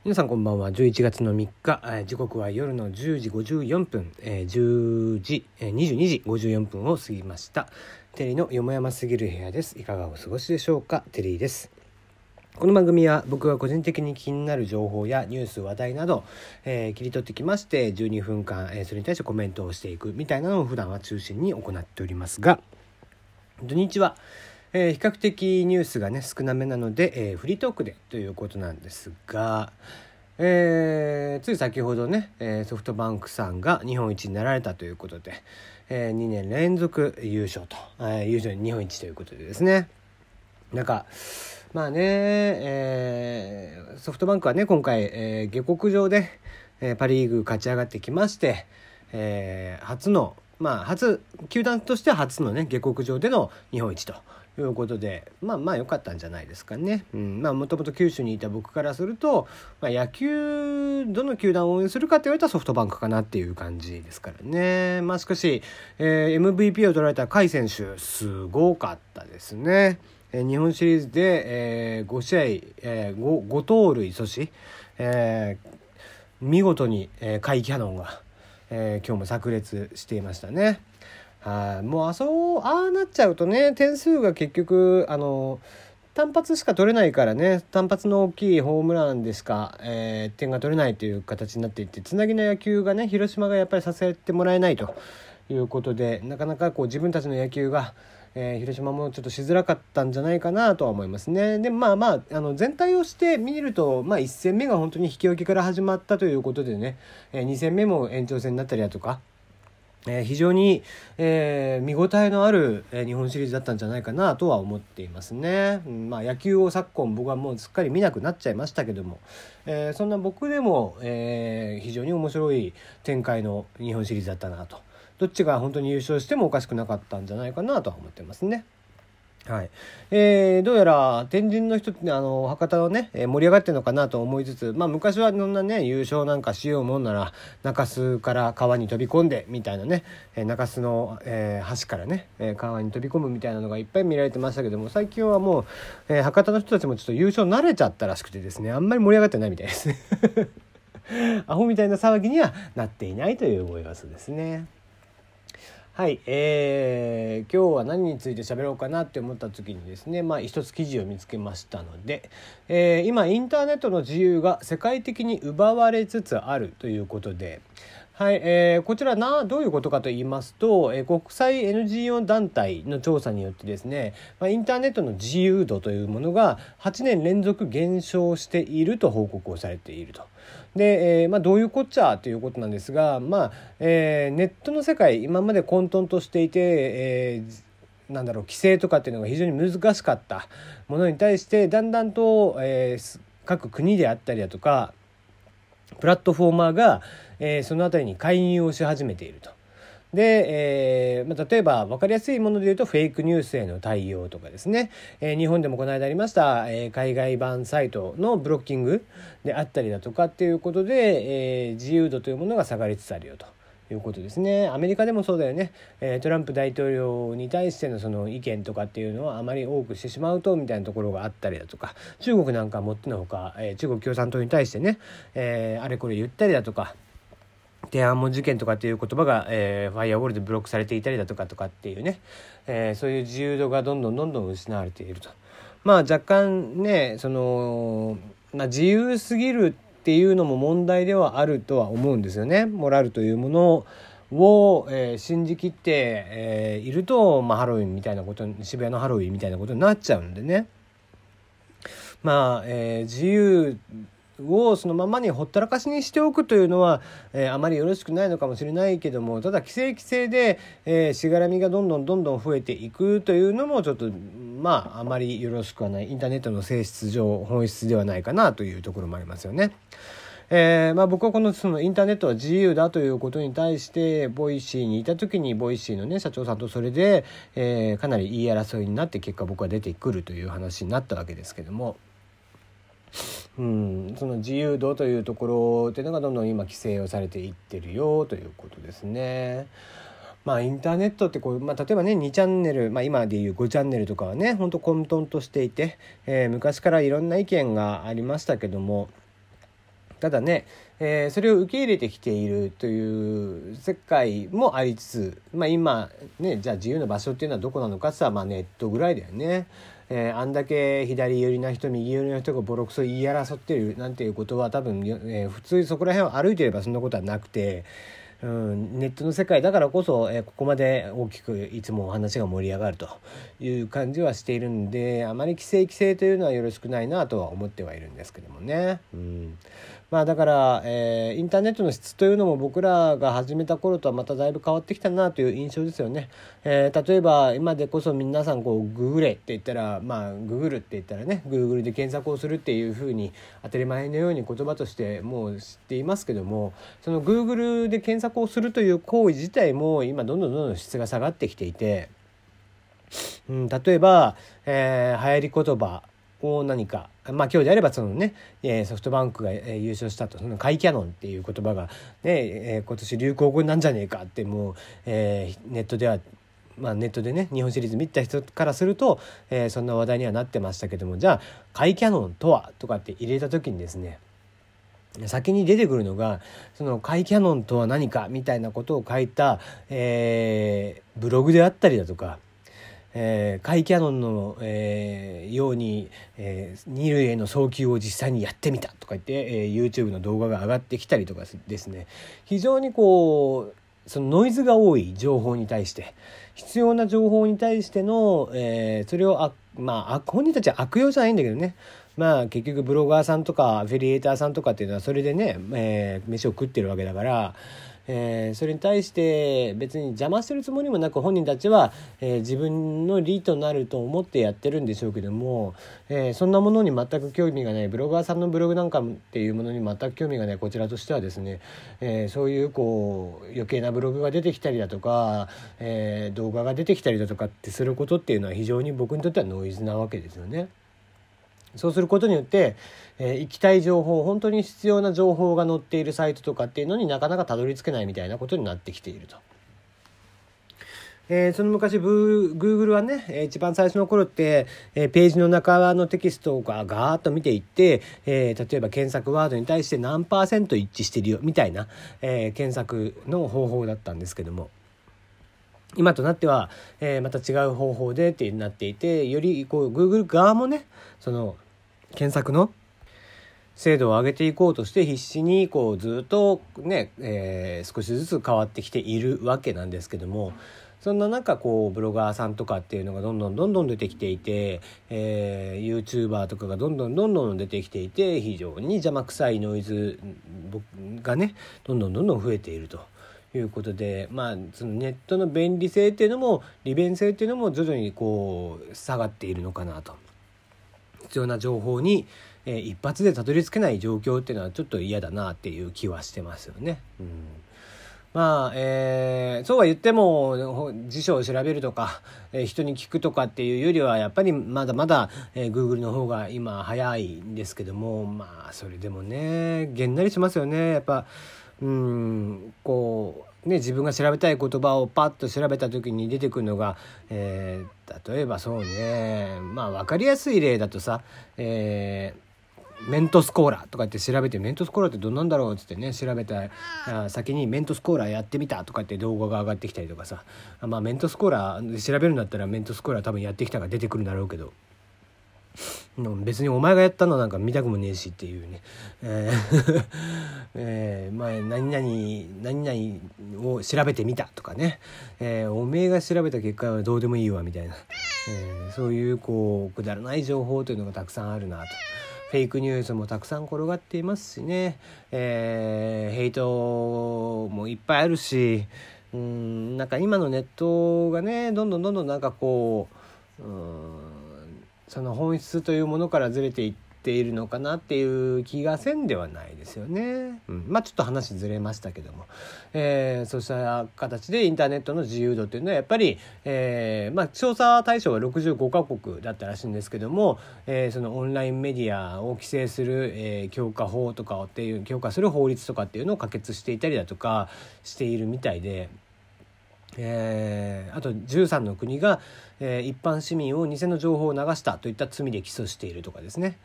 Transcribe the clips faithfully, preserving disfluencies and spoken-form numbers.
皆さんこんばんは。じゅういちがつのみっか、えー、時刻は夜のじゅうじごじゅうよんぷん、えー、じゅうじ、えー、にじゅうにじごじゅうよんぷんを過ぎました。テリーのよもやますぎる部屋です。いかがお過ごしでしょうか。テリーです。この番組は僕が個人的に気になる情報やニュース話題など、えー、切り取ってきましてじゅうにふんかん、えー、それに対してコメントをしていくみたいなのを普段は中心に行っておりますが、土日はえー、比較的ニュースがね少なめなので、えー、フリートークでということなんですが、えー、つい先ほどね、えー、ソフトバンクさんが日本一になられたということで、えー、にねん連続優勝と、えー、優勝日本一ということでですね、なんかまあね、えー、ソフトバンクはね今回、えー、下克上で、えー、パリーグ勝ち上がってきまして、えー、初のまあ初球団としては初のね下克上での日本一ということで、まあまあ良かったんじゃないですかね。うん、まあもともと九州にいた僕からすると、まあ、野球どの球団を応援するかって言われたらソフトバンクかなっていう感じですからね。まあしかし、えー、エムブイピー を取られた甲斐選手すごかったですね。えー、日本シリーズで、えー、ごしあい、えー、5, 5盗塁阻止、えー、見事に、えー、甲斐キャノンが、えー、今日も炸裂していましたね。はい、もうあそうああなっちゃうとね、点数が結局あの単発しか取れないからね、単発の大きいホームランでしか、えー、点が取れないという形になっていって、つなぎの野球がね広島がやっぱりさせてもらえないということで、なかなかこう自分たちの野球が、えー、広島もちょっとしづらかったんじゃないかなとは思いますね。でまあまああの全体をして見ると、まあ、いち戦目が本当に引き分けから始まったということでね、えー、に戦目も延長戦になったりだとか、えー、非常に、えー、見応えのある、えー、日本シリーズだったんじゃないかなとは思っていますね。うん、まあ野球を昨今僕はもうすっかり見なくなっちゃいましたけども、えー、そんな僕でも、えー、非常に面白い展開の日本シリーズだったなと、どっちが本当に優勝してもおかしくなかったんじゃないかなとは思ってますね。はい、えー、どうやら天神の人ってあの博多をね盛り上がってるのかなと思いつつ、まあ昔はそんなね優勝なんかしようもんなら中洲から川に飛び込んでみたいなね、中洲の、えー、橋からね川に飛び込むみたいなのがいっぱい見られてましたけども、最近はもう、えー、博多の人たちもちょっと優勝慣れちゃったらしくてですね、あんまり盛り上がってないみたいですねアホみたいな騒ぎにはなっていないというご様子ですね。はい、えー、今日は何について喋ろうかなって思った時にですね、まあ一つ記事を見つけましたので、えー、今インターネットの自由が世界的に奪われつつあるということで、はい、えー、こちらなどういうことかと言いますと、えー、国際 エヌジーオー 団体の調査によってですね、まあ、インターネットの自由度というものがはちねん連続減少していると報告をされていると。で、えーまあ、どういうこっちゃということなんですが、まあえー、ネットの世界今まで混沌としていて、えー、なんだろう規制とかっていうのが非常に難しかったものに対してだんだんと、えー、各国であったりだとかプラットフォーマーが、えー、そのあたりに介入をし始めていると。で、えーまあ、例えば分かりやすいもので言うとフェイクニュースへの対応とかですね、えー、日本でもこの間ありました、えー、海外版サイトのブロッキングであったりだとかっていうことで、えー、自由度というものが下がりつつあるよということですね。アメリカでもそうだよね、えー、トランプ大統領に対してのその意見とかっていうのはあまり多くしてしまうとみたいなところがあったりだとか、中国なんかもってのほか、えー、中国共産党に対してね、えー、あれこれ言ったりだとか、天安門事件とかっていう言葉が、えー、ファイアウォールでブロックされていたりだとかとかっていうね、えー、そういう自由度がどんどんどんどん失われていると。まあ若干ねその、まあ、自由すぎるっていうのも問題ではあるとは思うんですよね。モラルというものを、えー、信じきって、えー、いると、まあ、ハロウィンみたいなこと渋谷のハロウィンみたいなことになっちゃうんでね。まあ、えー、自由をそのままにほったらかしにしておくというのは、えー、あまりよろしくないのかもしれないけども、ただ規制規制で、えー、しがらみがどんどんどんどん増えていくというのもちょっとまああまりよろしくはない、インターネットの性質上本質ではないかなというところもありますよね。えーまあ、僕はこのそのインターネットは自由だということに対してボイシーにいた時にボイシーのね社長さんとそれで、えー、かなり言い争いになって結果僕は出てくるという話になったわけですけども、うん、その自由度というところっていうのがどんどん今規制をされていってるよということですね。まあインターネットってこう、まあ、例えばねにチャンネル、まあ、今でいうごチャンネルとかはねほんと混沌としていて、えー、昔からいろんな意見がありましたけども、 ただね、えー、それを受け入れてきているという世界もありつつ、まあ、今ね、じゃあ自由な場所っていうのはどこなのかって言ったら、まあネットぐらいだよね。えー、あんだけ左寄りな人右寄りな人がボロクソ言い争ってるなんていうことは多分、えー、普通そこら辺を歩いてればそんなことはなくて、うん、ネットの世界だからこそ、えー、ここまで大きくいつもお話が盛り上がるという感じはしているんで、あまり規制規制というのはよろしくないなとは思ってはいるんですけどもね。うん、まあだから、えー、インターネットの質というのも僕らが始めた頃とはまただいぶ変わってきたなという印象ですよね。えー、例えば今でこそ皆さんこうググれって言ったら、まあググるって言ったらね、グーグルで検索をするっていうふうに当たり前のように言葉としてもう知っていますけども、そのグーグルで検索をするという行為自体も今どんどんどんどん質が下がってきていて、うん、例えば、えー、流行り言葉を何か、まあ今日であればそのね、ソフトバンクが優勝したと、その甲斐キャノンっていう言葉がね、今年流行語なんじゃねえかってもう、えー、ネットではまあネットでね日本シリーズ見た人からすると、えー、そんな話題にはなってましたけども、じゃあ甲斐キャノンとはとかって入れた時にですね、先に出てくるのがその甲斐キャノンとは何かみたいなことを書いた、えー、ブログであったりだとか、えー、甲斐キャノンの、えー、ように、えー、二塁への送球を実際にやってみたとか言って、えー、YouTube の動画が上がってきたりとかですね、非常にこうそのノイズが多い情報に対して必要な情報に対しての、えー、それをあまあ本人たちは悪用じゃないんだけどね、まあ結局ブロガーさんとかアフィリエイターさんとかっていうのはそれでね、えー、飯を食ってるわけだから、えー、それに対して別に邪魔してるつもりもなく本人たちは、えー、自分の利となると思ってやってるんでしょうけども、えー、そんなものに全く興味がないブロガーさんのブログなんかっていうものに全く興味がないこちらとしてはですね、えー、そういうこう余計なブログが出てきたりだとか、えー、動画が出てきたりだとかってすることっていうのは非常に僕にとってはノイズなわけですよね。そうすることによって、えー、行きたい情報、本当に必要な情報が載っているサイトとかっていうのになかなかたどり着けないみたいなことになってきていると。えー、その昔ブー Google はね、えー、一番最初の頃って、えー、ページの中のテキストをガーッと見ていって、えー、例えば検索ワードに対して何パーセント一致してるよみたいな、えー、検索の方法だったんですけども、今となっては、えー、また違う方法でってなっていて、よりこう Google 側もね、その検索の精度を上げていこうとして必死にこうずっとね、えー、少しずつ変わってきているわけなんですけども、そんな中こうブロガーさんとかっていうのがどんどんどんどん出てきていて、えー、YouTuber とかがどんどんどんどん出てきていて、非常に邪魔くさいノイズがねどんどんどんどん増えているということで、まあそのネットの便利性っていうのも利便性っていうのも徐々にこう下がっているのかなと。必要な情報に、えー、一発でたどり着けない状況っていうのはちょっと嫌だなっていう気はしてますよね。うん、まあ、えー、そうは言っても辞書を調べるとか、えー、人に聞くとかっていうよりはやっぱりまだまだ、えー、Google の方が今早いんですけども、まあそれでもねげんなりしますよね。やっぱうんこうね、自分が調べたい言葉をパッと調べた時に出てくるのが、えー、例えばそうね、まあ分かりやすい例だとさ、えー、メントスコーラとかって調べて、メントスコーラってどんなんだろうっつってね調べたら先にメントスコーラやってみたとかって動画が上がってきたりとかさ、まあメントスコーラ調べるんだったらメントスコーラ多分やってきたから出てくるんだろうけど、別にお前がやったのなんか見たくもねえしっていうね、えーえー、まあ何々何々を調べてみたとかね、えー、おめえが調べた結果はどうでもいいわみたいな、えー、そういうこうくだらない情報というのがたくさんあるなと。フェイクニュースもたくさん転がっていますしね、えー、ヘイトもいっぱいあるし、うーんなんか今のネットがねどんどんどんどんなんかこう、うーんその本質というものからずれていっているのかなっていう気がせんではないですよね。うん、まあちょっと話ずれましたけども、えー、そうした形でインターネットの自由度というのはやっぱり、えー、まあ調査対象はろくじゅうごカ国だったらしいんですけども、えー、そのオンラインメディアを規制する、えー、強化法とかっていう強化する法律とかっていうのを可決していたりだとかしているみたいで。えー、あとじゅうさんの国が、えー、一般市民を偽の情報を流したといった罪で起訴しているとかですね。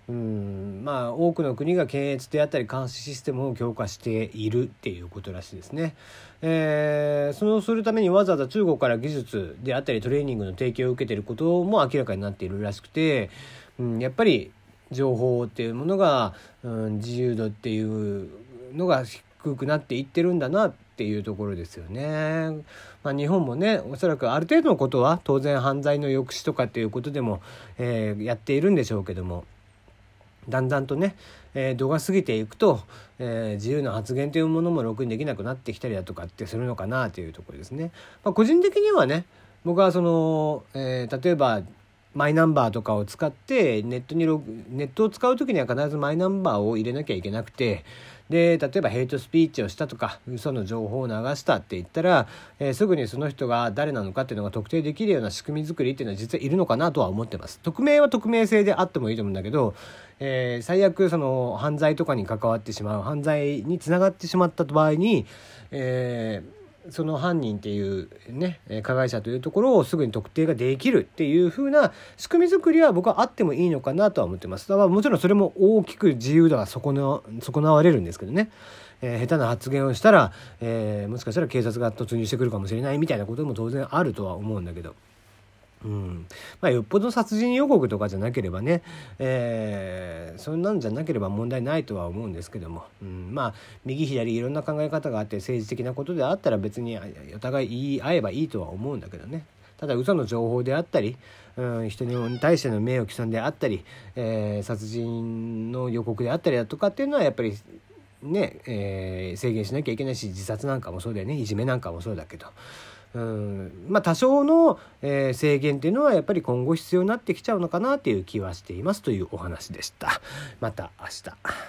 うんまあ多くの国が検閲であったり監視システムを強化しているっていうことらしいですね。えー、それをするためにわざわざ中国から技術であったりトレーニングの提供を受けていることも明らかになっているらしくて、うん、やっぱり情報っていうものが、うん、自由度っていうのが低くなっていってるんだなっていうところですよね。まあ、日本もねおそらくある程度のことは当然犯罪の抑止とかっていうことでも、えー、やっているんでしょうけども、だんだんとね、えー、度が過ぎていくと、えー、自由な発言というものもろくにできなくなってきたりだとかってするのかなというところですね。まあ、個人的にはね僕はその、えー、例えばマイナンバーとかを使ってネットにログネットを使う時には必ずマイナンバーを入れなきゃいけなくて、で例えばヘイトスピーチをしたとか嘘の情報を流したって言ったら、えー、すぐにその人が誰なのかっていうのが特定できるような仕組み作りっていうのは実はいるのかなとは思ってます。匿名は匿名性であってもいいと思うんだけど、えー、最悪その犯罪とかに関わってしまう犯罪につながってしまった場合に、えーその犯人っていうね加害者というところをすぐに特定ができるっていう風な仕組み作りは僕はあってもいいのかなとは思ってます。だからもちろんそれも大きく自由度が損な、損なわれるんですけどね、えー、下手な発言をしたら、えー、もしかしたら警察が突入してくるかもしれないみたいなことも当然あるとは思うんだけど、うんまあ、よっぽど殺人予告とかじゃなければね、えー、そんなんじゃなければ問題ないとは思うんですけども、うん、まあ右左いろんな考え方があって政治的なことであったら別にお互い言い合えばいいとは思うんだけどね。ただ嘘の情報であったり、うん、人に対しての名誉毀損であったり、えー、殺人の予告であったりだとかっていうのはやっぱりね、えー、制限しなきゃいけないし、自殺なんかもそうだよね、いじめなんかもそうだけど、うんまあ多少の、えー、制限っていうのはやっぱり今後必要になってきちゃうのかなっていう気はしていますというお話でした。また明日。